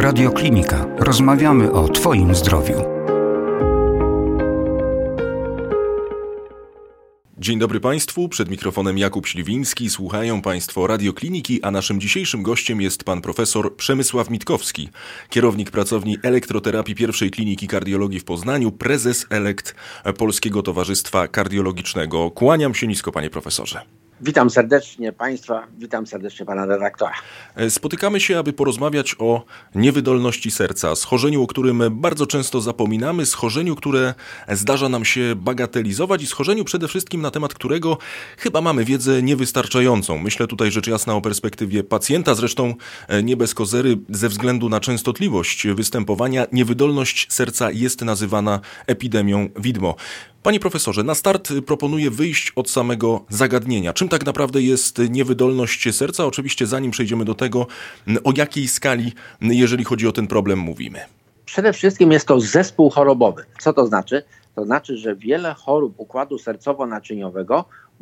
Radio Klinika. Rozmawiamy o Twoim zdrowiu. Dzień dobry Państwu, przed mikrofonem Jakub Śliwiński, słuchają Państwo Radiokliniki, a naszym dzisiejszym gościem jest pan profesor Przemysław Mitkowski, kierownik pracowni elektroterapii pierwszej kliniki kardiologii w Poznaniu, prezes elekt Polskiego Towarzystwa Kardiologicznego. Kłaniam się nisko, panie profesorze. Witam serdecznie Państwa, witam serdecznie Pana redaktora. Spotykamy się, aby porozmawiać o niewydolności serca, schorzeniu, o którym bardzo często zapominamy, schorzeniu, które zdarza nam się bagatelizować i schorzeniu przede wszystkim, na temat którego chyba mamy wiedzę niewystarczającą. Myślę tutaj rzecz jasna o perspektywie pacjenta, zresztą nie bez kozery ze względu na częstotliwość występowania. Niewydolność serca jest nazywana epidemią widmo. Panie profesorze, na start proponuję wyjść od samego zagadnienia. Czym tak naprawdę jest niewydolność serca? Oczywiście zanim przejdziemy do tego, o jakiej skali, jeżeli chodzi o ten problem, mówimy. Przede wszystkim jest to zespół chorobowy. Co to znaczy? To znaczy, że wiele chorób układu sercowo-naczyniowego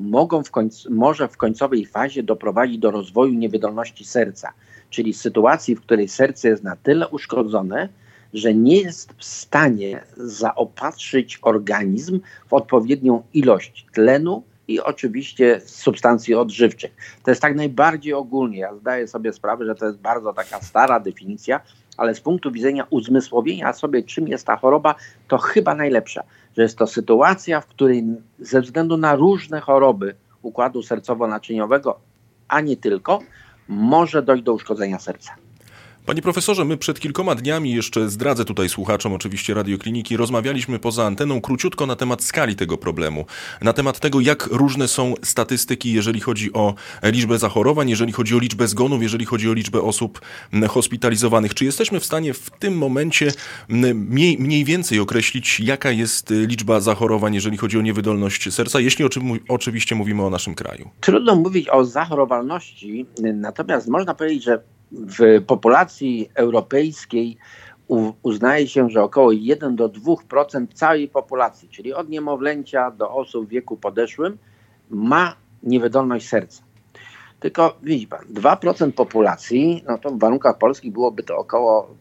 może w końcowej fazie doprowadzić do rozwoju niewydolności serca, czyli sytuacji, w której serce jest na tyle uszkodzone, że nie jest w stanie zaopatrzyć organizm w odpowiednią ilość tlenu i oczywiście substancji odżywczych. To jest tak najbardziej ogólnie. Ja zdaję sobie sprawę, że to jest bardzo taka stara definicja, ale z punktu widzenia uzmysłowienia sobie, czym jest ta choroba, to chyba najlepsza. Że jest to sytuacja, w której ze względu na różne choroby układu sercowo-naczyniowego, a nie tylko, może dojść do uszkodzenia serca. Panie profesorze, my przed kilkoma dniami, jeszcze zdradzę tutaj słuchaczom oczywiście Radiokliniki, rozmawialiśmy poza anteną króciutko na temat skali tego problemu, na temat tego, jak różne są statystyki, jeżeli chodzi o liczbę zachorowań, jeżeli chodzi o liczbę zgonów, jeżeli chodzi o liczbę osób hospitalizowanych. Czy jesteśmy w stanie w tym momencie mniej więcej określić, jaka jest liczba zachorowań, jeżeli chodzi o niewydolność serca, jeśli oczywiście mówimy o naszym kraju? Trudno mówić o zachorowalności, natomiast można powiedzieć, że w populacji europejskiej uznaje się, że około 1 do 2% całej populacji, czyli od niemowlęcia do osób w wieku podeszłym, ma niewydolność serca. Tylko widzi pan, 2% populacji, no to w warunkach polskich byłoby to około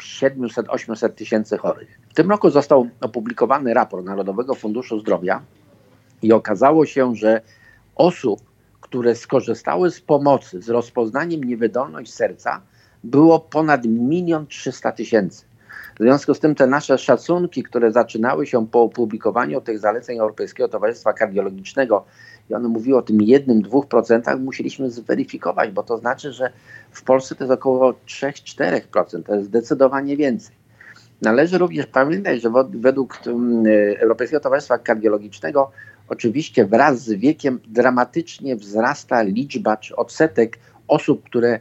700-800 tysięcy chorych. W tym roku został opublikowany raport Narodowego Funduszu Zdrowia i okazało się, że osób, które skorzystały z pomocy, z rozpoznaniem niewydolność serca, było ponad 1 300 000. W związku z tym te nasze szacunki, które zaczynały się po opublikowaniu tych zaleceń Europejskiego Towarzystwa Kardiologicznego i one mówiły o tym 1-2%, musieliśmy zweryfikować, bo to znaczy, że w Polsce to jest około 3-4%, to jest zdecydowanie więcej. Należy również pamiętać, że według Europejskiego Towarzystwa Kardiologicznego oczywiście wraz z wiekiem dramatycznie wzrasta liczba czy odsetek osób, które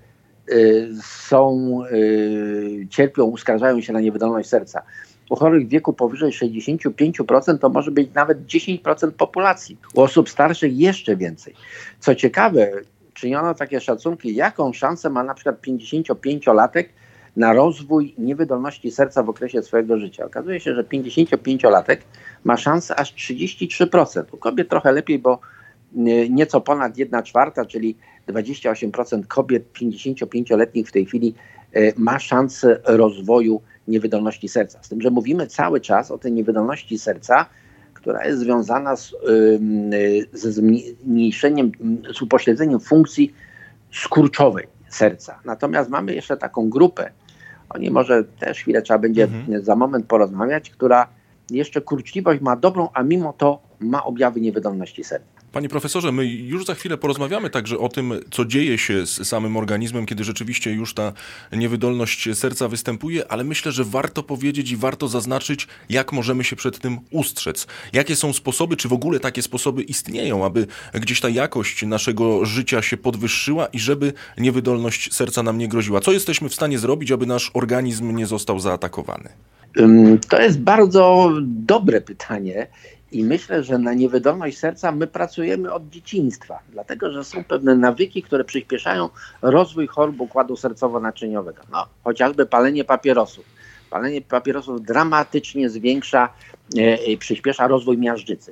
cierpią, uskarżają się na niewydolność serca. U chorych w wieku powyżej 65% to może być nawet 10% populacji. U osób starszych jeszcze więcej. Co ciekawe, czyniono takie szacunki, jaką szansę ma na przykład 55-latek na rozwój niewydolności serca w okresie swojego życia. Okazuje się, że 55-latek ma szansę aż 33%. U kobiet trochę lepiej, bo nieco ponad 1/4, czyli 28% kobiet 55-letnich w tej chwili ma szansę rozwoju niewydolności serca. Z tym, że mówimy cały czas o tej niewydolności serca, która jest związana ze zmniejszeniem, z upośledzeniem funkcji skurczowej serca. Natomiast mamy jeszcze taką grupę, o niej może też chwilę trzeba będzie za moment porozmawiać, która jeszcze kurczliwość ma dobrą, a mimo to ma objawy niewydolności serca. Panie profesorze, my już za chwilę porozmawiamy także o tym, co dzieje się z samym organizmem, kiedy rzeczywiście już ta niewydolność serca występuje, ale myślę, że warto powiedzieć i warto zaznaczyć, jak możemy się przed tym ustrzec. Jakie są sposoby, czy w ogóle takie sposoby istnieją, aby gdzieś ta jakość naszego życia się podwyższyła i żeby niewydolność serca nam nie groziła. Co jesteśmy w stanie zrobić, aby nasz organizm nie został zaatakowany? To jest bardzo dobre pytanie. I myślę, że na niewydolność serca my pracujemy od dzieciństwa, dlatego że są pewne nawyki, które przyspieszają rozwój chorób układu sercowo-naczyniowego. No, chociażby palenie papierosów. Palenie papierosów dramatycznie zwiększa i przyspiesza rozwój miażdżycy.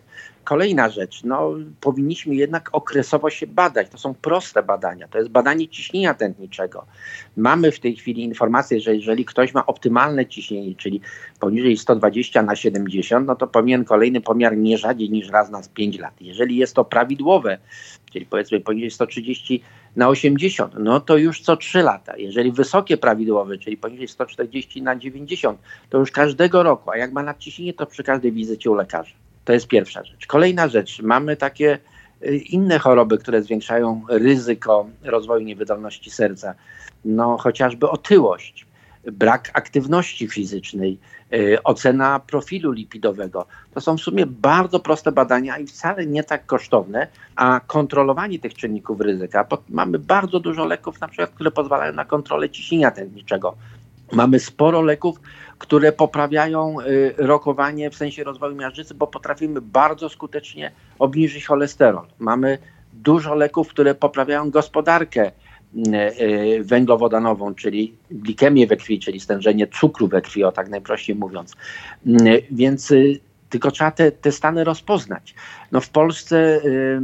Kolejna rzecz, powinniśmy jednak okresowo się badać. To są proste badania. To jest badanie ciśnienia tętniczego. Mamy w tej chwili informację, że jeżeli ktoś ma optymalne ciśnienie, czyli poniżej 120/70, no to powinien kolejny pomiar nie rzadziej niż raz na 5 lat. Jeżeli jest to prawidłowe, czyli powiedzmy poniżej 130/80, no to już co 3 lata. Jeżeli wysokie prawidłowe, czyli poniżej 140/90, to już każdego roku. A jak ma nadciśnienie, to przy każdej wizycie u lekarza. To jest pierwsza rzecz. Kolejna rzecz. Mamy takie inne choroby, które zwiększają ryzyko rozwoju niewydolności serca. Chociażby otyłość, brak aktywności fizycznej, ocena profilu lipidowego. To są w sumie bardzo proste badania i wcale nie tak kosztowne, a kontrolowanie tych czynników ryzyka. Mamy bardzo dużo leków, na przykład, które pozwalają na kontrolę ciśnienia tętniczego. Mamy sporo leków, które poprawiają rokowanie w sensie rozwoju miażdżycy, bo potrafimy bardzo skutecznie obniżyć cholesterol. Mamy dużo leków, które poprawiają gospodarkę węglowodanową, czyli glikemię we krwi, czyli stężenie cukru we krwi, tak najprościej mówiąc. Więc tylko trzeba te stany rozpoznać. W Polsce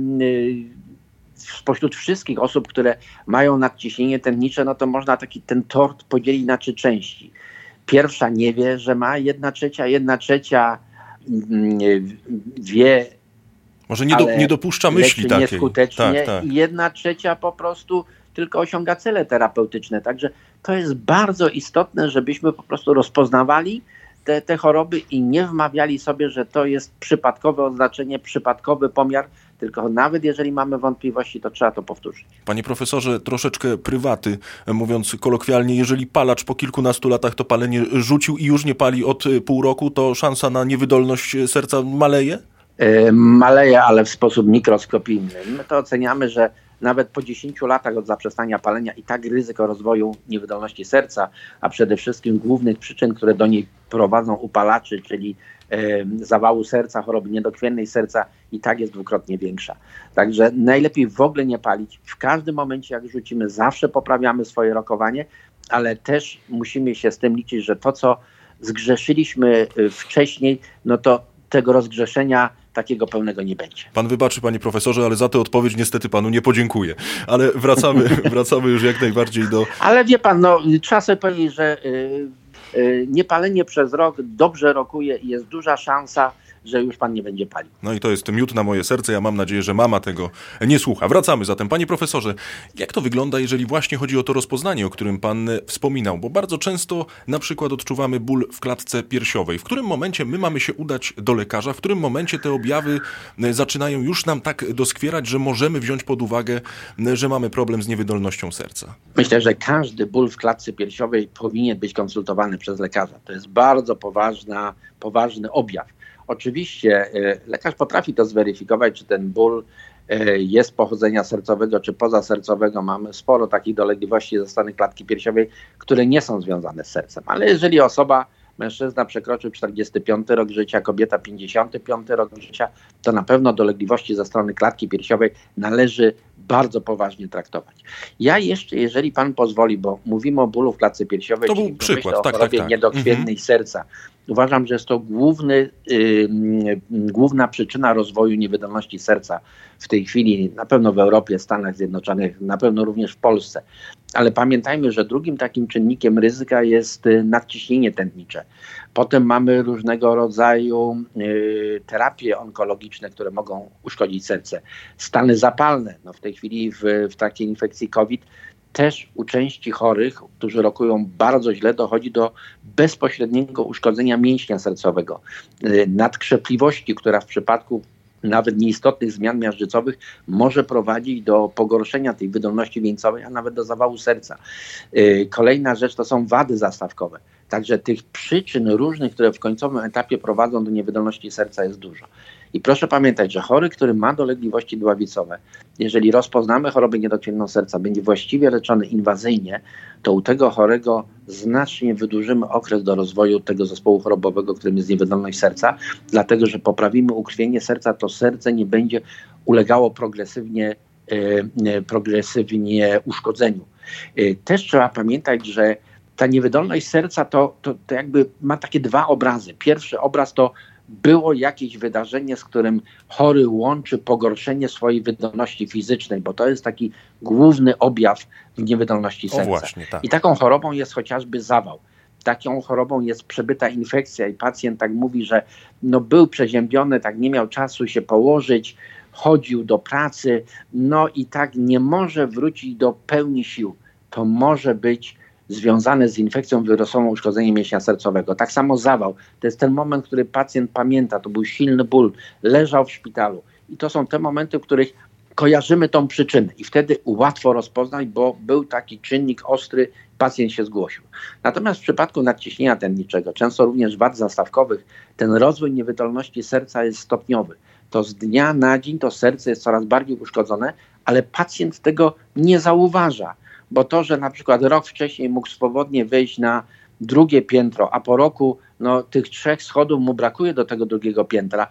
spośród wszystkich osób, które mają nadciśnienie tętnicze, to można ten tort podzielić na 3 części. Pierwsza nie wie, że ma 1/3 wie, może nie dopuszcza myśli takiej. Nieskutecznie tak. I 1/3 po prostu tylko osiąga cele terapeutyczne. Także to jest bardzo istotne, żebyśmy po prostu rozpoznawali te choroby i nie wmawiali sobie, że to jest przypadkowe oznaczenie, przypadkowy pomiar, tylko nawet jeżeli mamy wątpliwości, to trzeba to powtórzyć. Panie profesorze, troszeczkę prywaty, mówiąc kolokwialnie, jeżeli palacz po kilkunastu latach to palenie rzucił i już nie pali od pół roku, to szansa na niewydolność serca maleje? Maleje, ale w sposób mikroskopijny. My to oceniamy, że nawet po 10 latach od zaprzestania palenia i tak ryzyko rozwoju niewydolności serca, a przede wszystkim głównych przyczyn, które do niej prowadzą u palaczy, czyli zawału serca, choroby niedokrwiennej serca, i tak jest dwukrotnie większa. Także najlepiej w ogóle nie palić. W każdym momencie, jak rzucimy, zawsze poprawiamy swoje rokowanie, ale też musimy się z tym liczyć, że to, co zgrzeszyliśmy wcześniej, to tego rozgrzeszenia takiego pełnego nie będzie. Pan wybaczy, panie profesorze, ale za tę odpowiedź niestety panu nie podziękuję. Ale wracamy już jak najbardziej do... Ale wie pan, trzeba sobie powiedzieć, że niepalenie przez rok dobrze rokuje i jest duża szansa, że już pan nie będzie palił. I to jest miód na moje serce. Ja mam nadzieję, że mama tego nie słucha. Wracamy zatem. Panie profesorze, jak to wygląda, jeżeli właśnie chodzi o to rozpoznanie, o którym pan wspominał? Bo bardzo często na przykład odczuwamy ból w klatce piersiowej. W którym momencie my mamy się udać do lekarza? W którym momencie te objawy zaczynają już nam tak doskwierać, że możemy wziąć pod uwagę, że mamy problem z niewydolnością serca? Myślę, że każdy ból w klatce piersiowej powinien być konsultowany przez lekarza. To jest bardzo poważny objaw. Oczywiście lekarz potrafi to zweryfikować, czy ten ból jest pochodzenia sercowego, czy pozasercowego. Mamy sporo takich dolegliwości ze strony klatki piersiowej, które nie są związane z sercem. Ale jeżeli mężczyzna przekroczył 45 rok życia, kobieta 55 rok życia, to na pewno dolegliwości ze strony klatki piersiowej należy bardzo poważnie traktować. Ja jeszcze, jeżeli pan pozwoli, bo mówimy o bólu w klatce piersiowej, to był przykład, o chorobie niedokrwiennej serca. Uważam, że jest to główna przyczyna rozwoju niewydolności serca w tej chwili, na pewno w Europie, Stanach Zjednoczonych, na pewno również w Polsce. Ale pamiętajmy, że drugim takim czynnikiem ryzyka jest nadciśnienie tętnicze. Potem mamy różnego rodzaju terapie onkologiczne, które mogą uszkodzić serce. Stany zapalne. W tej chwili w takiej infekcji COVID też u części chorych, którzy rokują bardzo źle, dochodzi do bezpośredniego uszkodzenia mięśnia sercowego. Nadkrzepliwości, która w przypadku nawet nieistotnych zmian miażdżycowych może prowadzić do pogorszenia tej wydolności wieńcowej, a nawet do zawału serca. Kolejna rzecz to są wady zastawkowe. Także tych przyczyn różnych, które w końcowym etapie prowadzą do niewydolności serca, jest dużo. I proszę pamiętać, że chory, który ma dolegliwości dławicowe, jeżeli rozpoznamy chorobę niedokrwienną serca, będzie właściwie leczony inwazyjnie, to u tego chorego znacznie wydłużymy okres do rozwoju tego zespołu chorobowego, którym jest niewydolność serca, dlatego że poprawimy ukrwienie serca, to serce nie będzie ulegało progresywnie uszkodzeniu. Też trzeba pamiętać, że ta niewydolność serca to jakby ma takie 2 obrazy. Pierwszy obraz to było jakieś wydarzenie, z którym chory łączy pogorszenie swojej wydolności fizycznej, bo to jest taki główny objaw niewydolności serca. Właśnie, tak. I taką chorobą jest chociażby zawał. Taką chorobą jest przebyta infekcja i pacjent tak mówi, że był przeziębiony, tak nie miał czasu się położyć, chodził do pracy, i tak nie może wrócić do pełni sił. To może być związane z infekcją wirusową, uszkodzeniem mięśnia sercowego. Tak samo zawał. To jest ten moment, który pacjent pamięta. To był silny ból. Leżał w szpitalu. I to są te momenty, w których kojarzymy tą przyczynę. I wtedy łatwo rozpoznać, bo był taki czynnik ostry, pacjent się zgłosił. Natomiast w przypadku nadciśnienia tętniczego, często również wad zastawkowych, ten rozwój niewydolności serca jest stopniowy. To z dnia na dzień to serce jest coraz bardziej uszkodzone, ale pacjent tego nie zauważa. Bo to, że na przykład rok wcześniej mógł swobodnie wejść na drugie piętro, a po roku tych 3 schodów mu brakuje do tego drugiego piętra,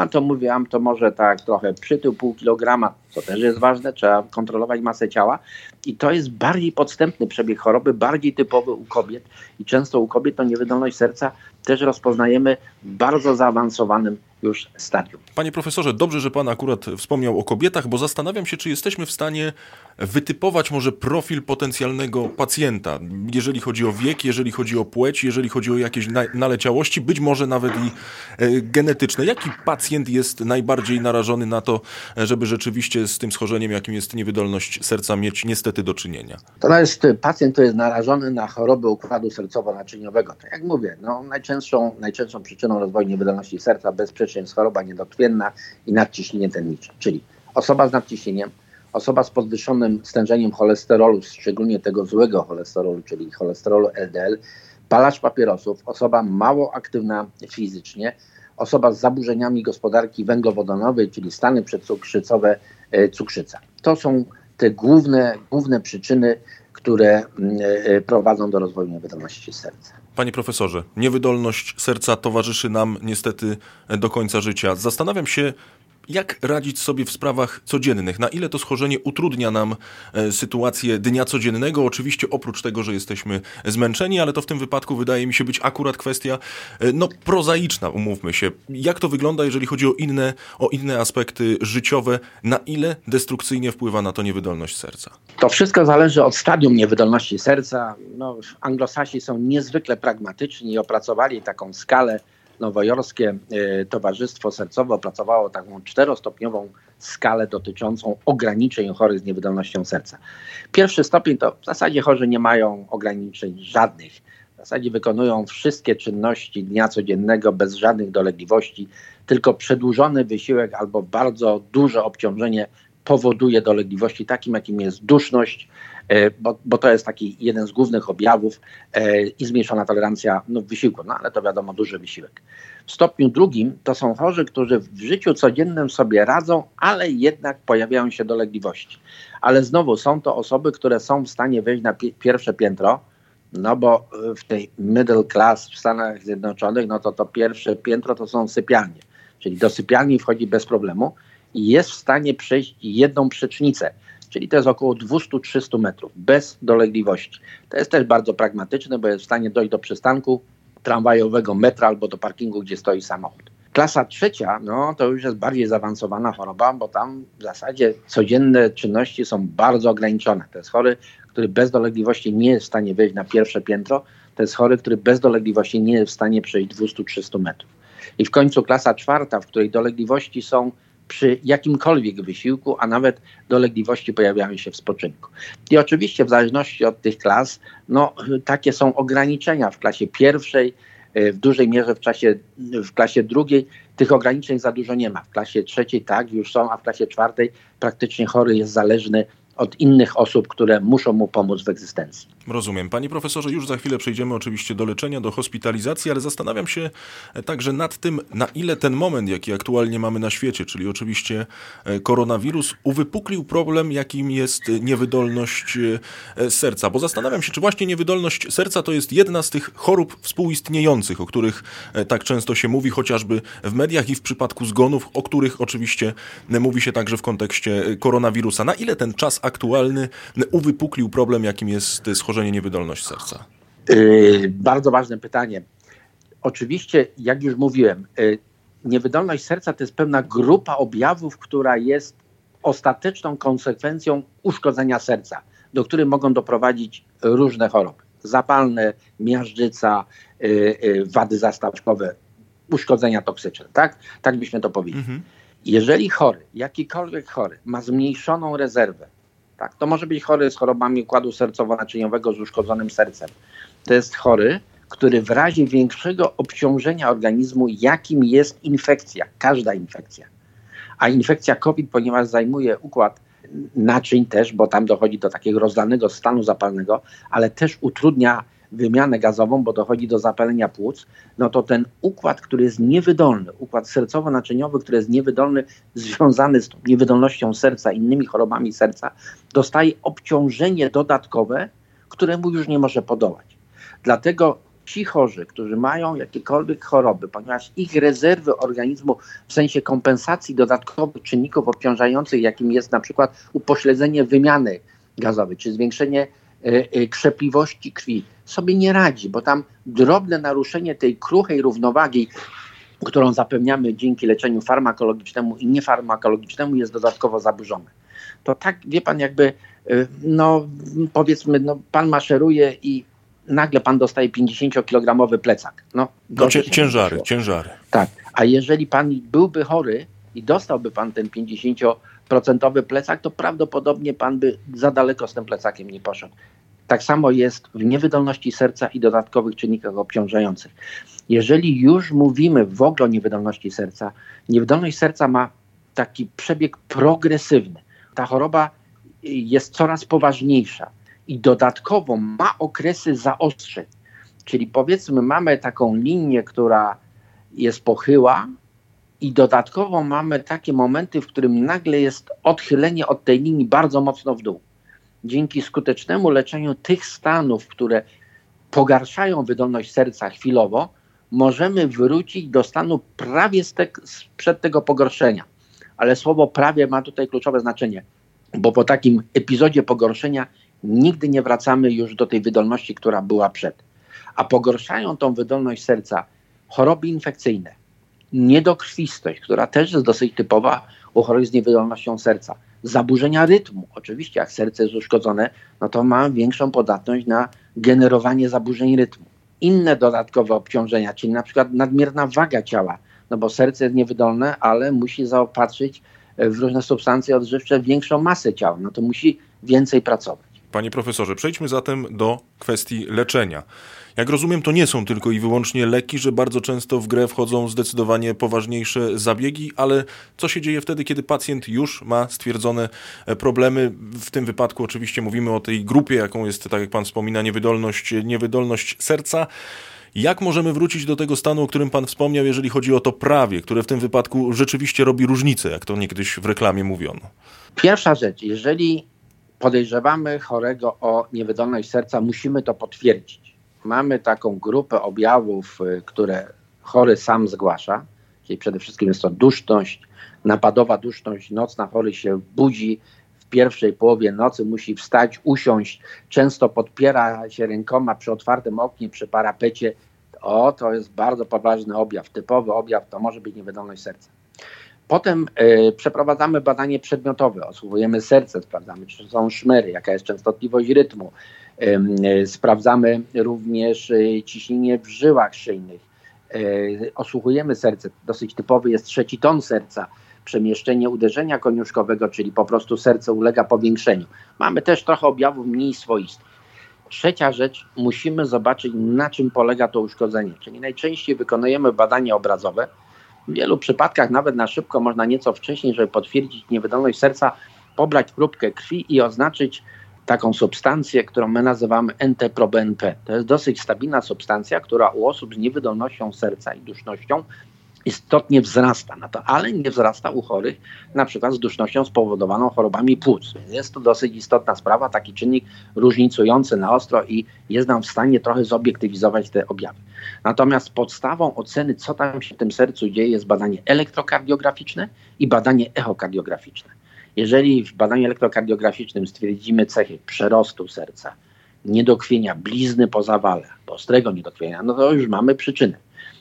to może tak trochę przytył pół kilograma, co też jest ważne, trzeba kontrolować masę ciała i to jest bardziej podstępny przebieg choroby, bardziej typowy u kobiet i często u kobiet to niewydolność serca też rozpoznajemy w bardzo zaawansowanym już stadium. Panie profesorze, dobrze, że pan akurat wspomniał o kobietach, bo zastanawiam się, czy jesteśmy w stanie wytypować może profil potencjalnego pacjenta, jeżeli chodzi o wiek, jeżeli chodzi o płeć, jeżeli chodzi o jakieś naleciałości, być może nawet i genetyczne. Jaki pacjent jest najbardziej narażony na to, żeby rzeczywiście z tym schorzeniem, jakim jest niewydolność serca, mieć niestety do czynienia? Pacjent, który jest narażony na choroby układu sercowo-naczyniowego. Tak jak mówię, najczęstszą przyczyną rozwoju niewydolności serca bez przyczyn jest choroba niedokrwienna i nadciśnienie tętnicze. Czyli osoba z nadciśnieniem, osoba z podwyższonym stężeniem cholesterolu, szczególnie tego złego cholesterolu, czyli cholesterolu LDL, palacz papierosów, osoba mało aktywna fizycznie, osoba z zaburzeniami gospodarki węglowodanowej, czyli stany przedcukrzycowe, cukrzyca. To są te główne przyczyny, które prowadzą do rozwoju niewydolności serca. Panie profesorze, niewydolność serca towarzyszy nam niestety do końca życia. Zastanawiam się, jak radzić sobie w sprawach codziennych? Na ile to schorzenie utrudnia nam sytuację dnia codziennego? Oczywiście oprócz tego, że jesteśmy zmęczeni, ale to w tym wypadku wydaje mi się być akurat kwestia prozaiczna, umówmy się. Jak to wygląda, jeżeli chodzi o inne aspekty życiowe? Na ile destrukcyjnie wpływa na to niewydolność serca? To wszystko zależy od stadium niewydolności serca. Anglosasi są niezwykle pragmatyczni i opracowali taką skalę. Nowojorskie Towarzystwo Sercowe opracowało taką 4-stopniową skalę dotyczącą ograniczeń chorych z niewydolnością serca. Pierwszy stopień to w zasadzie chorzy nie mają ograniczeń żadnych. W zasadzie wykonują wszystkie czynności dnia codziennego bez żadnych dolegliwości, tylko przedłużony wysiłek albo bardzo duże obciążenie powoduje dolegliwości takim, jakim jest duszność, bo to jest taki jeden z głównych objawów i zmniejszona tolerancja w wysiłku, ale to wiadomo duży wysiłek. W stopniu drugim to są chorzy, którzy w życiu codziennym sobie radzą, ale jednak pojawiają się dolegliwości. Ale znowu są to osoby, które są w stanie wejść na pierwsze piętro, bo w tej middle class w Stanach Zjednoczonych, to pierwsze piętro to są sypialnie, czyli do sypialni wchodzi bez problemu i jest w stanie przejść jedną przecznicę, czyli to jest około 200-300 metrów, bez dolegliwości. To jest też bardzo pragmatyczne, bo jest w stanie dojść do przystanku tramwajowego, metra albo do parkingu, gdzie stoi samochód. Klasa trzecia, to już jest bardziej zaawansowana choroba, bo tam w zasadzie codzienne czynności są bardzo ograniczone. To jest chory, który bez dolegliwości nie jest w stanie wejść na pierwsze piętro. To jest chory, który bez dolegliwości nie jest w stanie przejść 200-300 metrów. I w końcu klasa czwarta, w której dolegliwości są przy jakimkolwiek wysiłku, a nawet dolegliwości pojawiają się w spoczynku. I oczywiście w zależności od tych klas, takie są ograniczenia w klasie pierwszej, w dużej mierze w klasie drugiej tych ograniczeń za dużo nie ma. W klasie trzeciej tak już są, a w klasie czwartej praktycznie chory jest zależny od innych osób, które muszą mu pomóc w egzystencji. Rozumiem. Panie profesorze, już za chwilę przejdziemy oczywiście do leczenia, do hospitalizacji, ale zastanawiam się także nad tym, na ile ten moment, jaki aktualnie mamy na świecie, czyli oczywiście koronawirus, uwypuklił problem, jakim jest niewydolność serca. Bo zastanawiam się, czy właśnie niewydolność serca to jest jedna z tych chorób współistniejących, o których tak często się mówi, chociażby w mediach i w przypadku zgonów, o których oczywiście mówi się także w kontekście koronawirusa. Na ile ten czas aktualny uwypuklił problem, jakim jest schorzenie niewydolność serca? Bardzo ważne pytanie. Oczywiście, jak już mówiłem, niewydolność serca to jest pewna grupa objawów, która jest ostateczną konsekwencją uszkodzenia serca, do których mogą doprowadzić różne choroby. Zapalne, miażdżyca, wady zastawkowe, uszkodzenia toksyczne. Tak byśmy to powiedzieli. Jeżeli chory, jakikolwiek chory, ma zmniejszoną rezerwę, tak, to może być chory z chorobami układu sercowo-naczyniowego, z uszkodzonym sercem. To jest chory, który w razie większego obciążenia organizmu, jakim jest infekcja, każda infekcja, a infekcja COVID, ponieważ zajmuje układ naczyń też, bo tam dochodzi do takiego rozdalnego stanu zapalnego, ale też utrudnia wymianę gazową, bo dochodzi do zapalenia płuc, no to ten układ, który jest niewydolny, układ sercowo-naczyniowy, który jest niewydolny, związany z tą niewydolnością serca, innymi chorobami serca, dostaje obciążenie dodatkowe, któremu już nie może podołać. Dlatego ci chorzy, którzy mają jakiekolwiek choroby, ponieważ ich rezerwy organizmu w sensie kompensacji dodatkowych czynników obciążających, jakim jest na przykład upośledzenie wymiany gazowej, czy zwiększenie krzepliwości krwi, sobie nie radzi, bo tam drobne naruszenie tej kruchej równowagi, którą zapewniamy dzięki leczeniu farmakologicznemu i niefarmakologicznemu, jest dodatkowo zaburzone. To tak, wie pan, jakby, powiedzmy, pan maszeruje i nagle pan dostaje 50-kilogramowy plecak. Ciężary. Tak, a jeżeli pan byłby chory i dostałby pan ten 50% plecak, to prawdopodobnie pan by za daleko z tym plecakiem nie poszedł. Tak samo jest w niewydolności serca i dodatkowych czynnikach obciążających. Jeżeli już mówimy w ogóle o niewydolności serca, niewydolność serca ma taki przebieg progresywny. Ta choroba jest coraz poważniejsza i dodatkowo ma okresy zaostrzeń. Czyli powiedzmy, mamy taką linię, która jest pochyła i dodatkowo mamy takie momenty, w którym nagle jest odchylenie od tej linii bardzo mocno w dół. Dzięki skutecznemu leczeniu tych stanów, które pogarszają wydolność serca chwilowo, możemy wrócić do stanu prawie sprzed tego pogorszenia. Ale słowo prawie ma tutaj kluczowe znaczenie, bo po takim epizodzie pogorszenia nigdy nie wracamy już do tej wydolności, która była przed. A pogarszają tą wydolność serca choroby infekcyjne, niedokrwistość, która też jest dosyć typowa u chorych z niewydolnością serca, zaburzenia rytmu. Oczywiście jak serce jest uszkodzone, no to ma większą podatność na generowanie zaburzeń rytmu. Inne dodatkowe obciążenia, czyli na przykład nadmierna waga ciała, no bo serce jest niewydolne, ale musi zaopatrzyć w różne substancje odżywcze większą masę ciała, no to musi więcej pracować. Panie profesorze, przejdźmy zatem do kwestii leczenia. Jak rozumiem, to nie są tylko i wyłącznie leki, że bardzo często w grę wchodzą zdecydowanie poważniejsze zabiegi, ale co się dzieje wtedy, kiedy pacjent już ma stwierdzone problemy? W tym wypadku oczywiście mówimy o tej grupie, jaką jest, tak jak pan wspomina, niewydolność serca. Jak możemy wrócić do tego stanu, o którym pan wspomniał, jeżeli chodzi o to prawie, które w tym wypadku rzeczywiście robi różnicę, jak to niegdyś w reklamie mówiono? Pierwsza rzecz, jeżeli podejrzewamy chorego o niewydolność serca, musimy to potwierdzić. Mamy taką grupę objawów, które chory sam zgłasza, czyli przede wszystkim jest to duszność, napadowa duszność nocna, chory się budzi w pierwszej połowie nocy, musi wstać, usiąść, często podpiera się rękoma przy otwartym oknie, przy parapecie. To jest bardzo poważny objaw, typowy objaw, to może być niewydolność serca. Potem przeprowadzamy badanie przedmiotowe, osłuchujemy serce, sprawdzamy, czy są szmery, jaka jest częstotliwość rytmu. Sprawdzamy również ciśnienie w żyłach szyjnych. Osłuchujemy serce, dosyć typowy jest trzeci ton serca, przemieszczenie uderzenia koniuszkowego, czyli po prostu serce ulega powiększeniu. Mamy też trochę objawów mniej swoistych. Trzecia rzecz, musimy zobaczyć, na czym polega to uszkodzenie, czyli najczęściej wykonujemy badania obrazowe. W wielu przypadkach nawet na szybko można nieco wcześniej, żeby potwierdzić niewydolność serca, pobrać próbkę krwi i oznaczyć taką substancję, którą my nazywamy NT-proBNP. To jest dosyć stabilna substancja, która u osób z niewydolnością serca i dusznością istotnie wzrasta, ale nie wzrasta u chorych na przykład z dusznością spowodowaną chorobami płuc. Jest to dosyć istotna sprawa, taki czynnik różnicujący na ostro i jest nam w stanie trochę zobiektywizować te objawy. Natomiast podstawą oceny, co tam się w tym sercu dzieje, jest badanie elektrokardiograficzne i badanie echokardiograficzne. Jeżeli w badaniu elektrokardiograficznym stwierdzimy cechy przerostu serca, niedokrwienia, blizny po zawale, ostrego niedokrwienia, no to już mamy przyczynę.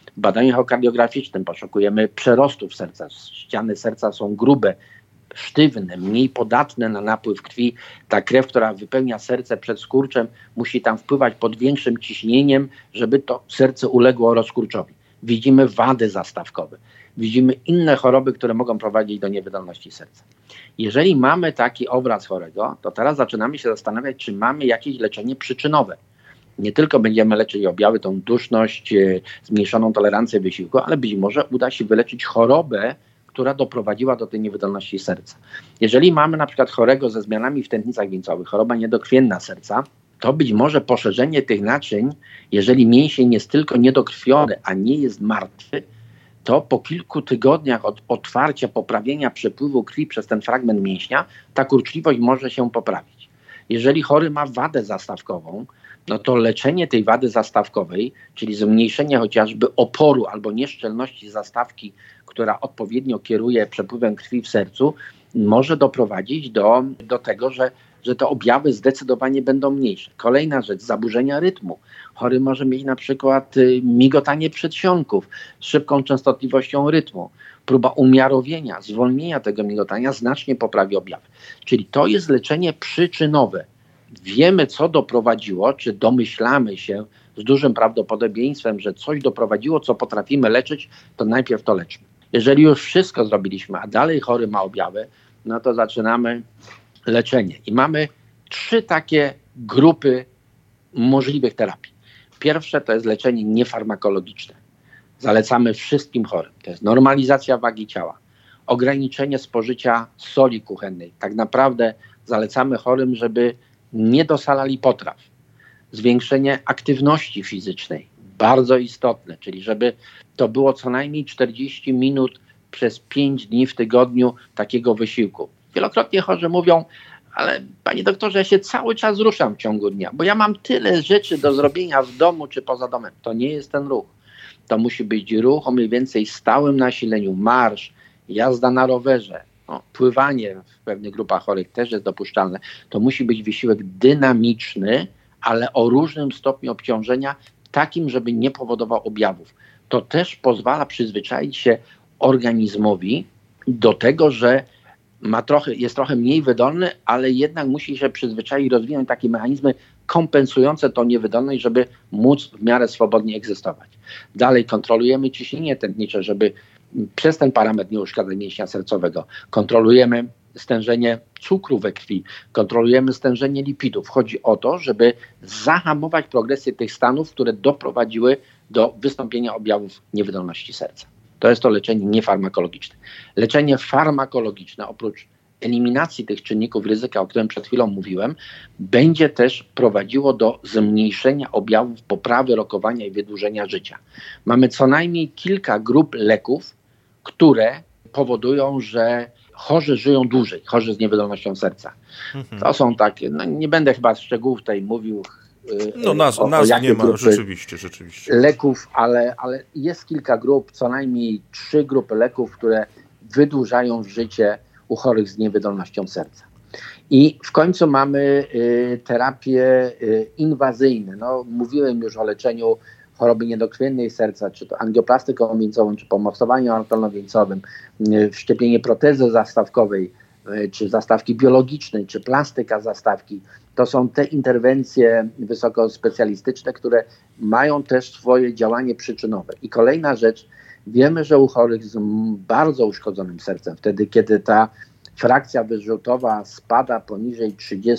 W badaniu echokardiograficznym poszukujemy przerostów serca. Ściany serca są grube, sztywne, mniej podatne na napływ krwi. Ta krew, która wypełnia serce przed skurczem, musi tam wpływać pod większym ciśnieniem, żeby to serce uległo rozkurczowi. Widzimy wady zastawkowe. Widzimy inne choroby, które mogą prowadzić do niewydolności serca. Jeżeli mamy taki obraz chorego, to teraz zaczynamy się zastanawiać, czy mamy jakieś leczenie przyczynowe. Nie tylko będziemy leczyć objawy, tą duszność, zmniejszoną tolerancję wysiłku, ale być może uda się wyleczyć chorobę, która doprowadziła do tej niewydolności serca. Jeżeli mamy na przykład chorego ze zmianami w tętnicach wieńcowych, choroba niedokrwienna serca, to być może poszerzenie tych naczyń, jeżeli mięsień jest tylko niedokrwiony, a nie jest martwy, to po kilku tygodniach od otwarcia, poprawienia przepływu krwi przez ten fragment mięśnia, ta kurczliwość może się poprawić. Jeżeli chory ma wadę zastawkową, no to leczenie tej wady zastawkowej, czyli zmniejszenie chociażby oporu albo nieszczelności zastawki, która odpowiednio kieruje przepływem krwi w sercu, może doprowadzić do tego, że te objawy zdecydowanie będą mniejsze. Kolejna rzecz, zaburzenia rytmu. Chory może mieć na przykład migotanie przedsionków z szybką częstotliwością rytmu. Próba umiarowienia, zwolnienia tego migotania znacznie poprawi objawy. Czyli to jest leczenie przyczynowe. Wiemy, co doprowadziło, czy domyślamy się z dużym prawdopodobieństwem, że coś doprowadziło, co potrafimy leczyć, to najpierw to leczmy. Jeżeli już wszystko zrobiliśmy, a dalej chory ma objawy, no to zaczynamy leczenie. I mamy 3 takie grupy możliwych terapii. Pierwsze to jest leczenie niefarmakologiczne. Zalecamy wszystkim chorym. To jest normalizacja wagi ciała, ograniczenie spożycia soli kuchennej. Tak naprawdę zalecamy chorym, żeby nie dosalali potraw. Zwiększenie aktywności fizycznej, bardzo istotne, czyli żeby to było co najmniej 40 minut przez 5 dni w tygodniu takiego wysiłku. Wielokrotnie chorzy mówią, ale panie doktorze, ja się cały czas ruszam w ciągu dnia, bo ja mam tyle rzeczy do zrobienia w domu czy poza domem. To nie jest ten ruch. To musi być ruch o mniej więcej stałym nasileniu, marsz, jazda na rowerze, pływanie w pewnych grupach chorych też jest dopuszczalne. To musi być wysiłek dynamiczny, ale o różnym stopniu obciążenia, takim, żeby nie powodował objawów. To też pozwala przyzwyczaić się organizmowi do tego, że jest trochę mniej wydolny, ale jednak musi się przyzwyczaić, rozwinąć takie mechanizmy kompensujące tą niewydolność, żeby móc w miarę swobodnie egzystować. Dalej kontrolujemy ciśnienie tętnicze, żeby przez ten parametr nie uszkadzać mięśnia sercowego. Kontrolujemy stężenie cukru we krwi, kontrolujemy stężenie lipidów. Chodzi o to, żeby zahamować progresję tych stanów, które doprowadziły do wystąpienia objawów niewydolności serca. To jest to leczenie niefarmakologiczne. Leczenie farmakologiczne, oprócz eliminacji tych czynników ryzyka, o którym przed chwilą mówiłem, będzie też prowadziło do zmniejszenia objawów, poprawy rokowania i wydłużenia życia. Mamy co najmniej kilka grup leków, które powodują, że chorzy żyją dłużej, chorzy z niewydolnością serca. To są takie, nie będę chyba szczegółów tutaj mówił, nazw nie ma, rzeczywiście. Leków, ale jest kilka grup, co najmniej 3 grupy leków, które wydłużają życie u chorych z niewydolnością serca. I w końcu mamy terapie inwazyjne. Mówiłem już o leczeniu choroby niedokrwiennej serca, czy to angioplastyką wieńcową, czy pomostowaniem arterialno-wieńcowym, wszczepienie protezy zastawkowej, czy zastawki biologicznej, czy plastyka zastawki. To są te interwencje wysokospecjalistyczne, które mają też swoje działanie przyczynowe. I kolejna rzecz, wiemy, że u chorych z bardzo uszkodzonym sercem, wtedy kiedy ta frakcja wyrzutowa spada poniżej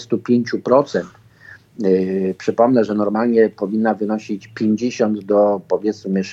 35%, przypomnę, że normalnie powinna wynosić 50 do powiedzmy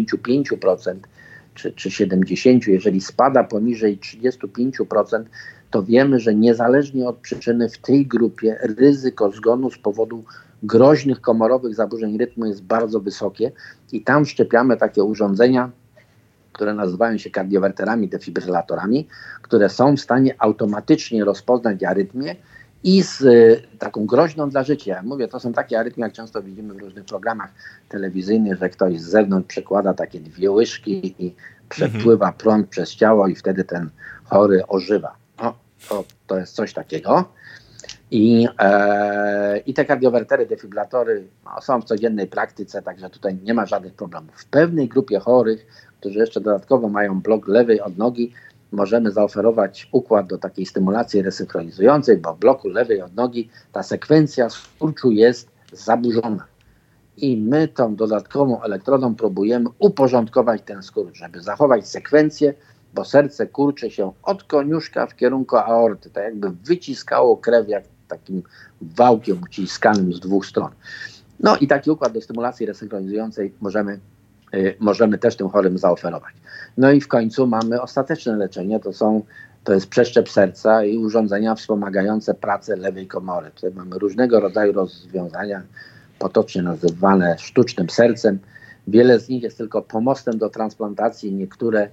65% czy 70%. Jeżeli spada poniżej 35%, to wiemy, że niezależnie od przyczyny w tej grupie ryzyko zgonu z powodu groźnych komorowych zaburzeń rytmu jest bardzo wysokie i tam wszczepiamy takie urządzenia, które nazywają się kardiowerterami, defibrylatorami, które są w stanie automatycznie rozpoznać arytmię i z taką groźną dla życia. Mówię, to są takie arytmie, jak często widzimy w różnych programach telewizyjnych, że ktoś z zewnątrz przekłada takie 2 łyżki i przepływa prąd przez ciało i wtedy ten chory ożywa. To jest coś takiego. I te kardiowertery, defibrylatory są w codziennej praktyce, także tutaj nie ma żadnych problemów. W pewnej grupie chorych, którzy jeszcze dodatkowo mają blok lewej odnogi, możemy zaoferować układ do takiej stymulacji resynchronizującej, bo w bloku lewej odnogi ta sekwencja skurczu jest zaburzona. I my tą dodatkową elektrodą próbujemy uporządkować ten skurcz, żeby zachować sekwencję, bo serce kurczy się od koniuszka w kierunku aorty, tak jakby wyciskało krew jak takim wałkiem uciskanym z dwóch stron. No i taki układ do stymulacji resynchronizującej możemy też tym chorym zaoferować. No i w końcu mamy ostateczne leczenie, to jest przeszczep serca i urządzenia wspomagające pracę lewej komory. Tutaj mamy różnego rodzaju rozwiązania, potocznie nazywane sztucznym sercem. Wiele z nich jest tylko pomostem do transplantacji, niektóre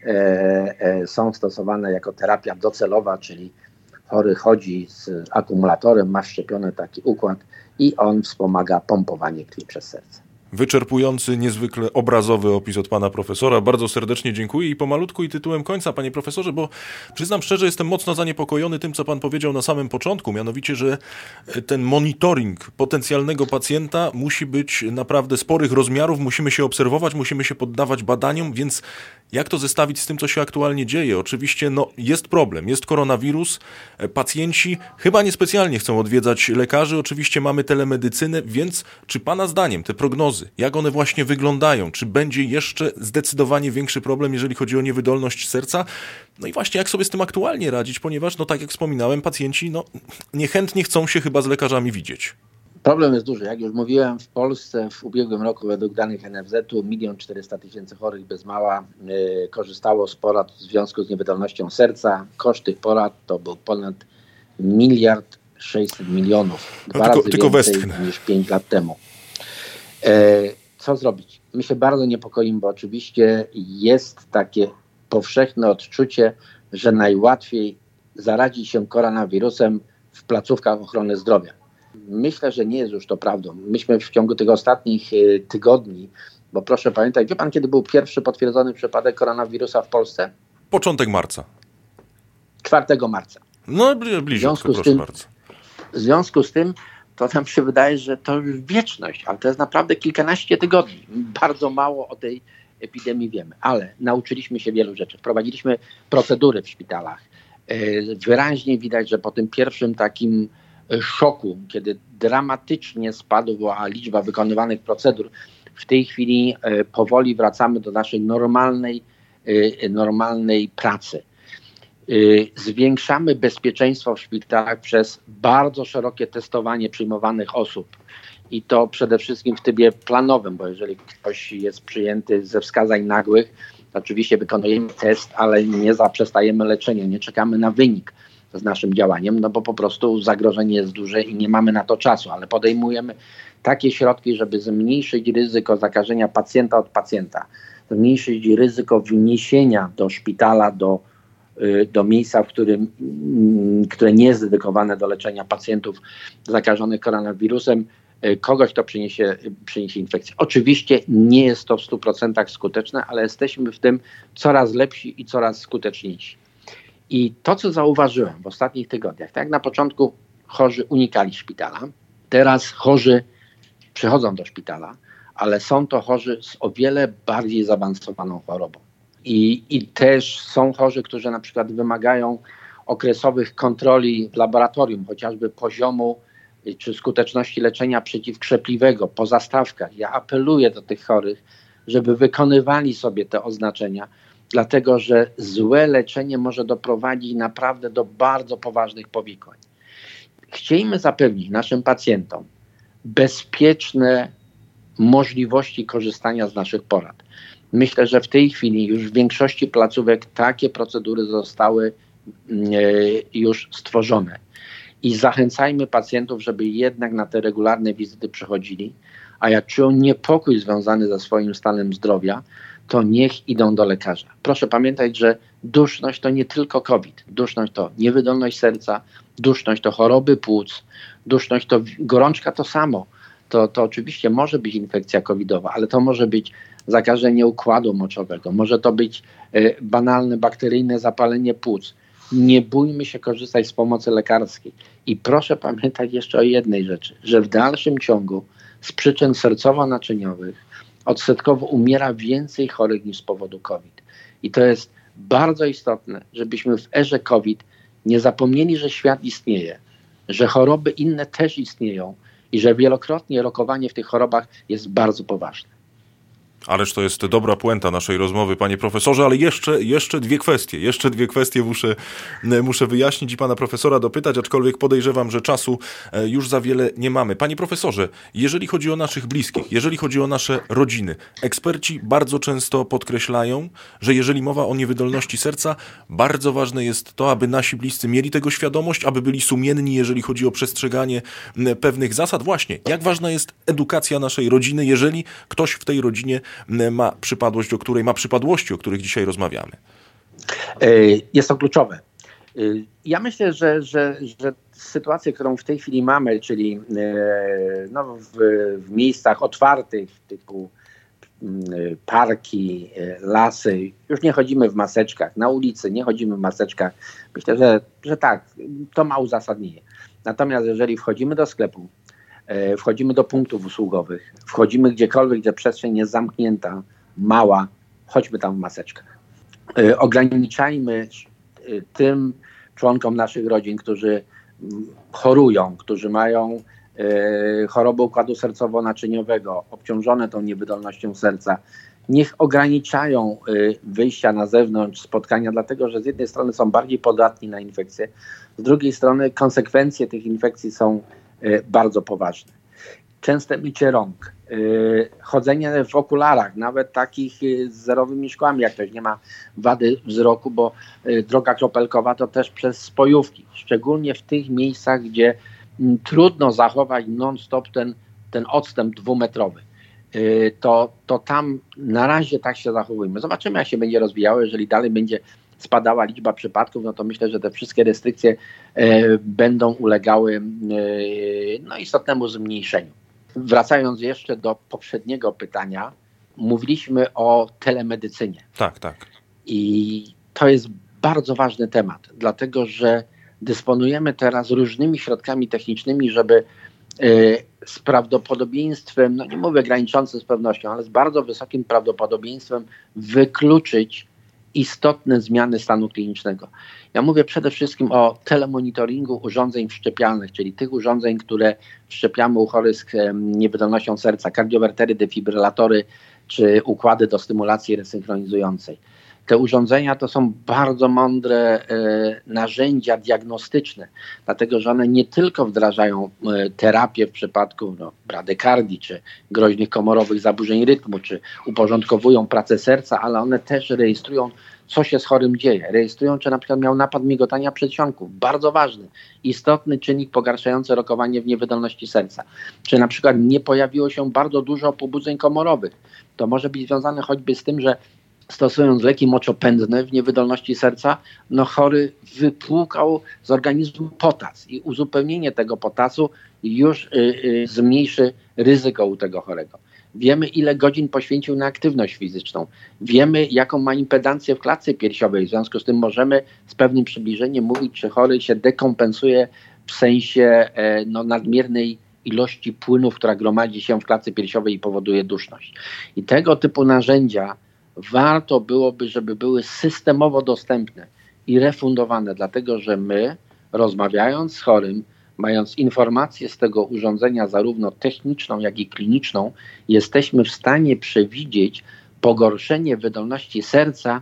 są stosowane jako terapia docelowa, czyli chory chodzi z akumulatorem, ma wszczepiony taki układ i on wspomaga pompowanie krwi przez serce. Wyczerpujący, niezwykle obrazowy opis od pana profesora. Bardzo serdecznie dziękuję i pomalutku i tytułem końca, panie profesorze, bo przyznam szczerze, jestem mocno zaniepokojony tym, co pan powiedział na samym początku, mianowicie, że ten monitoring potencjalnego pacjenta musi być naprawdę sporych rozmiarów, musimy się obserwować, musimy się poddawać badaniom, więc jak to zestawić z tym, co się aktualnie dzieje? Oczywiście jest problem, jest koronawirus, pacjenci chyba niespecjalnie chcą odwiedzać lekarzy, oczywiście mamy telemedycynę, więc czy pana zdaniem te prognozy, jak one właśnie wyglądają? Czy będzie jeszcze zdecydowanie większy problem, jeżeli chodzi o niewydolność serca? No i właśnie jak sobie z tym aktualnie radzić, ponieważ, tak jak wspominałem, pacjenci niechętnie chcą się chyba z lekarzami widzieć. Problem jest duży. Jak już mówiłem, w Polsce w ubiegłym roku według danych NFZ-u 1 400 000 chorych bez mała korzystało z porad w związku z niewydolnością serca. Koszt tych porad to był ponad 1 600 000 000. Dwa razy tylko więcej westchnę niż 5 lat temu. Co zrobić? My się bardzo niepokoimy, bo oczywiście jest takie powszechne odczucie, że najłatwiej zarazić się koronawirusem w placówkach ochrony zdrowia. Myślę, że nie jest już to prawdą. Myśmy w ciągu tych ostatnich tygodni, bo proszę pamiętać, wie pan, kiedy był pierwszy potwierdzony przypadek koronawirusa w Polsce? Początek marca. 4 marca. No bliziutko, proszę bardzo. W związku z tym to nam się wydaje, że to już wieczność, ale to jest naprawdę kilkanaście tygodni. Bardzo mało o tej epidemii wiemy, ale nauczyliśmy się wielu rzeczy. Wprowadziliśmy procedury w szpitalach. Wyraźnie widać, że po tym pierwszym takim szoku, kiedy dramatycznie spadła liczba wykonywanych procedur, w tej chwili powoli wracamy do naszej normalnej pracy. Zwiększamy bezpieczeństwo w szpitalach przez bardzo szerokie testowanie przyjmowanych osób. I to przede wszystkim w trybie planowym, bo jeżeli ktoś jest przyjęty ze wskazań nagłych, to oczywiście wykonujemy test, ale nie zaprzestajemy leczenia, nie czekamy na wynik z naszym działaniem, bo po prostu zagrożenie jest duże i nie mamy na to czasu, ale podejmujemy takie środki, żeby zmniejszyć ryzyko zakażenia pacjenta od pacjenta, zmniejszyć ryzyko wniesienia do szpitala, do miejsca, które nie jest dedykowane do leczenia pacjentów zakażonych koronawirusem, kogoś, kto przyniesie infekcję. Oczywiście nie jest to w 100% skuteczne, ale jesteśmy w tym coraz lepsi i coraz skuteczniejsi. I to, co zauważyłem w ostatnich tygodniach, tak jak na początku chorzy unikali szpitala, teraz chorzy przychodzą do szpitala, ale są to chorzy z o wiele bardziej zaawansowaną chorobą. I też są chorzy, którzy na przykład wymagają okresowych kontroli w laboratorium, chociażby poziomu czy skuteczności leczenia przeciwkrzepliwego po zastawkach. Ja apeluję do tych chorych, żeby wykonywali sobie te oznaczenia, dlatego że złe leczenie może doprowadzić naprawdę do bardzo poważnych powikłań. Chcielibyśmy zapewnić naszym pacjentom bezpieczne możliwości korzystania z naszych porad. Myślę, że w tej chwili już w większości placówek takie procedury zostały już stworzone. I zachęcajmy pacjentów, żeby jednak na te regularne wizyty przychodzili, a jak czują niepokój związany ze swoim stanem zdrowia, to niech idą do lekarza. Proszę pamiętać, że duszność to nie tylko COVID. Duszność to niewydolność serca, duszność to choroby płuc, duszność to gorączka to samo. To oczywiście może być infekcja covidowa, ale to może być zakażenie układu moczowego, może to być banalne bakteryjne zapalenie płuc. nie bójmy się korzystać z pomocy lekarskiej. I proszę pamiętać jeszcze o jednej rzeczy, że w dalszym ciągu z przyczyn sercowo-naczyniowych odsetkowo umiera więcej chorych niż z powodu COVID. I to jest bardzo istotne, żebyśmy w erze COVID nie zapomnieli, że świat istnieje, że choroby inne też istnieją i że wielokrotnie rokowanie w tych chorobach jest bardzo poważne. Ależ to jest dobra puenta naszej rozmowy, panie profesorze, ale jeszcze dwie kwestie muszę wyjaśnić i pana profesora dopytać, aczkolwiek podejrzewam, że czasu już za wiele nie mamy. Panie profesorze, jeżeli chodzi o naszych bliskich, jeżeli chodzi o nasze rodziny, eksperci bardzo często podkreślają, że jeżeli mowa o niewydolności serca, bardzo ważne jest to, aby nasi bliscy mieli tego świadomość, aby byli sumienni, jeżeli chodzi o przestrzeganie pewnych zasad. Właśnie, jak ważna jest edukacja naszej rodziny, jeżeli ktoś w tej rodzinie ma przypadłości, o których dzisiaj rozmawiamy? Jest to kluczowe. Ja myślę, że sytuację, którą w tej chwili mamy, czyli w miejscach otwartych typu parki, lasy, już nie chodzimy w maseczkach, na ulicy nie chodzimy w maseczkach. Myślę, że tak, to ma uzasadnienie. Natomiast jeżeli wchodzimy do sklepu, wchodzimy do punktów usługowych, wchodzimy gdziekolwiek, gdzie przestrzeń jest zamknięta, mała, chodźmy tam w maseczkach. Ograniczajmy tym członkom naszych rodzin, którzy chorują, którzy mają chorobę układu sercowo-naczyniowego, obciążone tą niewydolnością serca, niech ograniczają wyjścia na zewnątrz, spotkania, dlatego że z jednej strony są bardziej podatni na infekcje, z drugiej strony konsekwencje tych infekcji są bardzo ważne. Częste mycie rąk, chodzenie w okularach, nawet takich z zerowymi szkłami, jak ktoś nie ma wady wzroku, bo droga kropelkowa to też przez spojówki, szczególnie w tych miejscach, gdzie trudno zachować non-stop ten odstęp 2-metrowy. To tam na razie tak się zachowujmy. Zobaczymy, jak się będzie rozwijało. Jeżeli dalej będzie spadała liczba przypadków, no to myślę, że te wszystkie restrykcje będą ulegały istotnemu zmniejszeniu. Wracając jeszcze do poprzedniego pytania, mówiliśmy o telemedycynie. Tak. I to jest bardzo ważny temat, dlatego że dysponujemy teraz różnymi środkami technicznymi, żeby z prawdopodobieństwem, nie mówię graniczącym z pewnością, ale z bardzo wysokim prawdopodobieństwem wykluczyć istotne zmiany stanu klinicznego. Ja mówię przede wszystkim o telemonitoringu urządzeń wszczepialnych, czyli tych urządzeń, które wszczepiamy u chorych z niewydolnością serca, kardiowertery, defibrylatory czy układy do stymulacji resynchronizującej. Te urządzenia to są bardzo mądre narzędzia diagnostyczne, dlatego że one nie tylko wdrażają terapię w przypadku bradykardii, czy groźnych komorowych zaburzeń rytmu, czy uporządkowują pracę serca, ale one też rejestrują, co się z chorym dzieje. Rejestrują, czy na przykład miał napad migotania przedsionków. Bardzo ważny, istotny czynnik pogarszający rokowanie w niewydolności serca. Czy na przykład nie pojawiło się bardzo dużo pobudzeń komorowych. To może być związane choćby z tym, że stosując leki moczopędne w niewydolności serca, chory wypłukał z organizmu potas i uzupełnienie tego potasu już zmniejszy ryzyko u tego chorego. Wiemy, ile godzin poświęcił na aktywność fizyczną. Wiemy, jaką ma impedancję w klatce piersiowej. W związku z tym możemy z pewnym przybliżeniem mówić, czy chory się dekompensuje w sensie nadmiernej ilości płynów, która gromadzi się w klatce piersiowej i powoduje duszność. I tego typu narzędzia warto byłoby, żeby były systemowo dostępne i refundowane, dlatego że my, rozmawiając z chorym, mając informację z tego urządzenia zarówno techniczną, jak i kliniczną, jesteśmy w stanie przewidzieć pogorszenie wydolności serca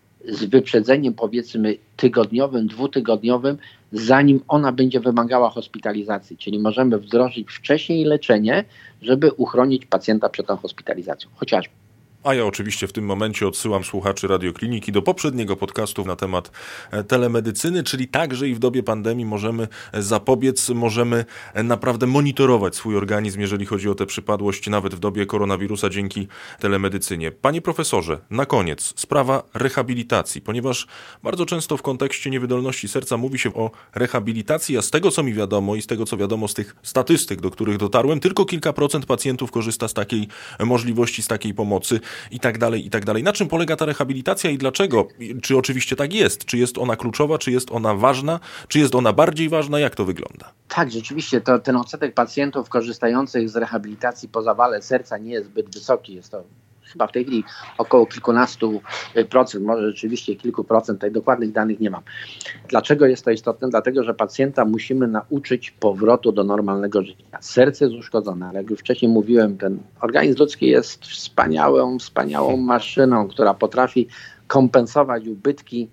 z wyprzedzeniem, powiedzmy, tygodniowym, 2-tygodniowym, zanim ona będzie wymagała hospitalizacji. Czyli możemy wdrożyć wcześniej leczenie, żeby uchronić pacjenta przed tą hospitalizacją. Chociażby. A ja oczywiście w tym momencie odsyłam słuchaczy Radiokliniki do poprzedniego podcastu na temat telemedycyny, czyli także i w dobie pandemii możemy zapobiec, możemy naprawdę monitorować swój organizm, jeżeli chodzi o tę przypadłość, nawet w dobie koronawirusa dzięki telemedycynie. Panie profesorze, na koniec sprawa rehabilitacji, ponieważ bardzo często w kontekście niewydolności serca mówi się o rehabilitacji, a z tego co mi wiadomo i z tego co wiadomo z tych statystyk, do których dotarłem, tylko kilka procent pacjentów korzysta z takiej możliwości, z takiej pomocy. i tak dalej, i tak dalej. Na czym polega ta rehabilitacja i dlaczego? Czy oczywiście tak jest? Czy jest ona kluczowa? Czy jest ona ważna? Czy jest ona bardziej ważna? Jak to wygląda? Tak, rzeczywiście ten odsetek pacjentów korzystających z rehabilitacji po zawale serca nie jest zbyt wysoki. Jest to chyba w tej chwili około kilkunastu procent, może rzeczywiście kilku procent, tutaj dokładnych danych nie mam. Dlaczego jest to istotne? Dlatego, że pacjenta musimy nauczyć powrotu do normalnego życia. Serce jest uszkodzone, ale jak już wcześniej mówiłem, ten organizm ludzki jest wspaniałą maszyną, która potrafi kompensować ubytki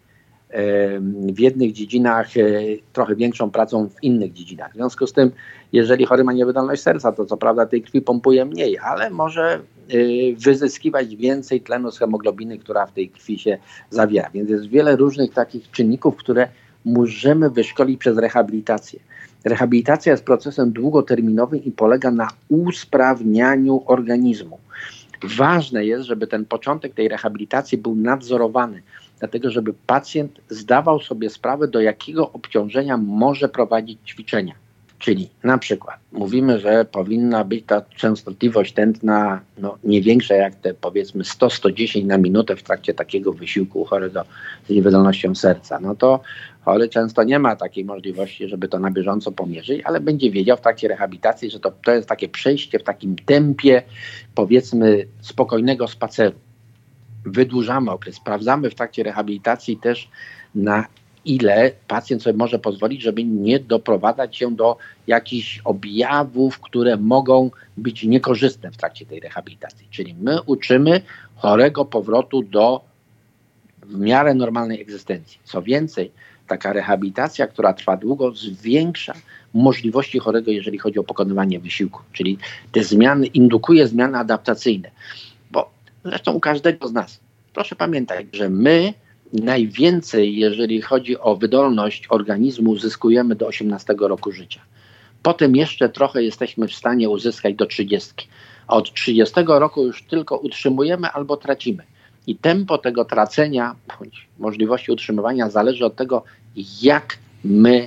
w jednych dziedzinach trochę większą pracą w innych dziedzinach. W związku z tym, jeżeli chory ma niewydolność serca, to co prawda tej krwi pompuje mniej, ale może wyzyskiwać więcej tlenu z hemoglobiny, która w tej krwi się zawiera. Więc jest wiele różnych takich czynników, które możemy wyszkolić przez rehabilitację. Rehabilitacja jest procesem długoterminowym i polega na usprawnianiu organizmu. Ważne jest, żeby ten początek tej rehabilitacji był nadzorowany, dlatego żeby pacjent zdawał sobie sprawę, do jakiego obciążenia może prowadzić ćwiczenia. Czyli na przykład mówimy, że powinna być ta częstotliwość tętna nie większa jak te powiedzmy 100-110 na minutę w trakcie takiego wysiłku chorego z niewydolnością serca. No to chory często nie ma takiej możliwości, żeby to na bieżąco pomierzyć, ale będzie wiedział w trakcie rehabilitacji, że to jest takie przejście w takim tempie powiedzmy spokojnego spaceru. Wydłużamy okres, sprawdzamy w trakcie rehabilitacji też na ile pacjent sobie może pozwolić, żeby nie doprowadzać się do jakichś objawów, które mogą być niekorzystne w trakcie tej rehabilitacji. Czyli my uczymy chorego powrotu do w miarę normalnej egzystencji. Co więcej, taka rehabilitacja, która trwa długo, zwiększa możliwości chorego, jeżeli chodzi o pokonywanie wysiłku. Czyli te zmiany, indukuje zmiany adaptacyjne. Bo zresztą u każdego z nas, proszę pamiętać, że my najwięcej, jeżeli chodzi o wydolność organizmu, uzyskujemy do 18 roku życia. Potem jeszcze trochę jesteśmy w stanie uzyskać do 30. A od 30 roku już tylko utrzymujemy albo tracimy. I tempo tego tracenia bądź możliwości utrzymywania zależy od tego, jak my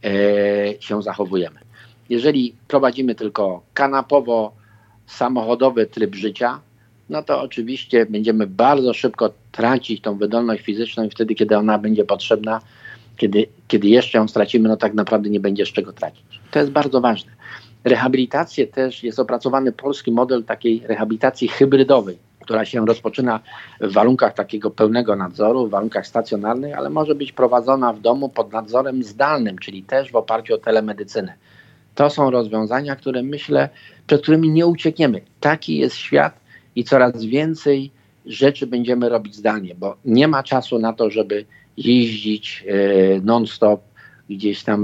się zachowujemy. Jeżeli prowadzimy tylko kanapowo-samochodowy tryb życia, no to oczywiście będziemy bardzo szybko tracić tą wydolność fizyczną i wtedy, kiedy ona będzie potrzebna, kiedy jeszcze ją stracimy, no tak naprawdę nie będzie z czego tracić. To jest bardzo ważne. Rehabilitację też jest opracowany polski model takiej rehabilitacji hybrydowej, która się rozpoczyna w warunkach takiego pełnego nadzoru, w warunkach stacjonarnych, ale może być prowadzona w domu pod nadzorem zdalnym, czyli też w oparciu o telemedycynę. To są rozwiązania, które myślę, przed którymi nie uciekniemy. Taki jest świat i coraz więcej rzeczy będziemy robić zdalnie, bo nie ma czasu na to, żeby jeździć non-stop gdzieś tam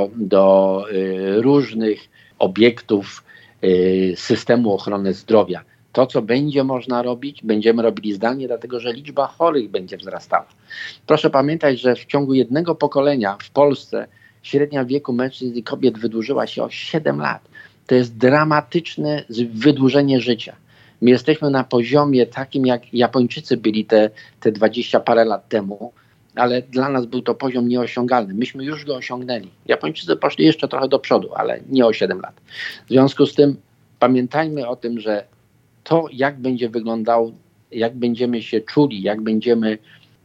do różnych obiektów systemu ochrony zdrowia. To, co będzie można robić, będziemy robili zdalnie, dlatego że liczba chorych będzie wzrastała. Proszę pamiętać, że w ciągu jednego pokolenia w Polsce średnia wieku mężczyzn i kobiet wydłużyła się o 7 lat. To jest dramatyczne wydłużenie życia. My jesteśmy na poziomie takim, jak Japończycy byli te 20 parę lat temu, ale dla nas był to poziom nieosiągalny. Myśmy już go osiągnęli. Japończycy poszli jeszcze trochę do przodu, ale nie o 7 lat. W związku z tym pamiętajmy o tym, że to, jak będzie wyglądał, jak będziemy się czuli, jak będziemy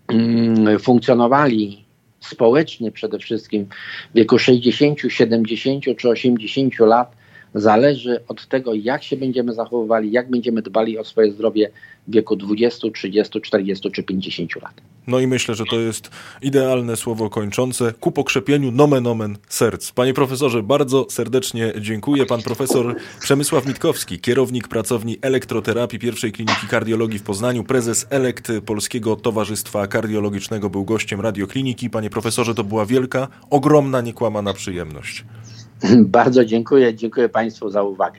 funkcjonowali społecznie przede wszystkim w wieku 60, 70 czy 80 lat, zależy od tego, jak się będziemy zachowywali, jak będziemy dbali o swoje zdrowie w wieku 20, 30, 40 czy 50 lat. No i myślę, że to jest idealne słowo kończące ku pokrzepieniu nomen omen serc. Panie profesorze, bardzo serdecznie dziękuję. Pan profesor Przemysław Mitkowski, kierownik pracowni elektroterapii pierwszej kliniki kardiologii w Poznaniu, prezes ELEKT Polskiego Towarzystwa Kardiologicznego, był gościem Radiokliniki. Panie profesorze, to była wielka, ogromna, niekłamana przyjemność. Bardzo dziękuję. Dziękuję Państwu za uwagę.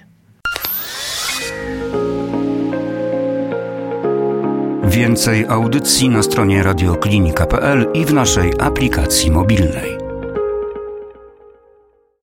Więcej audycji na stronie radioklinika.pl i w naszej aplikacji mobilnej.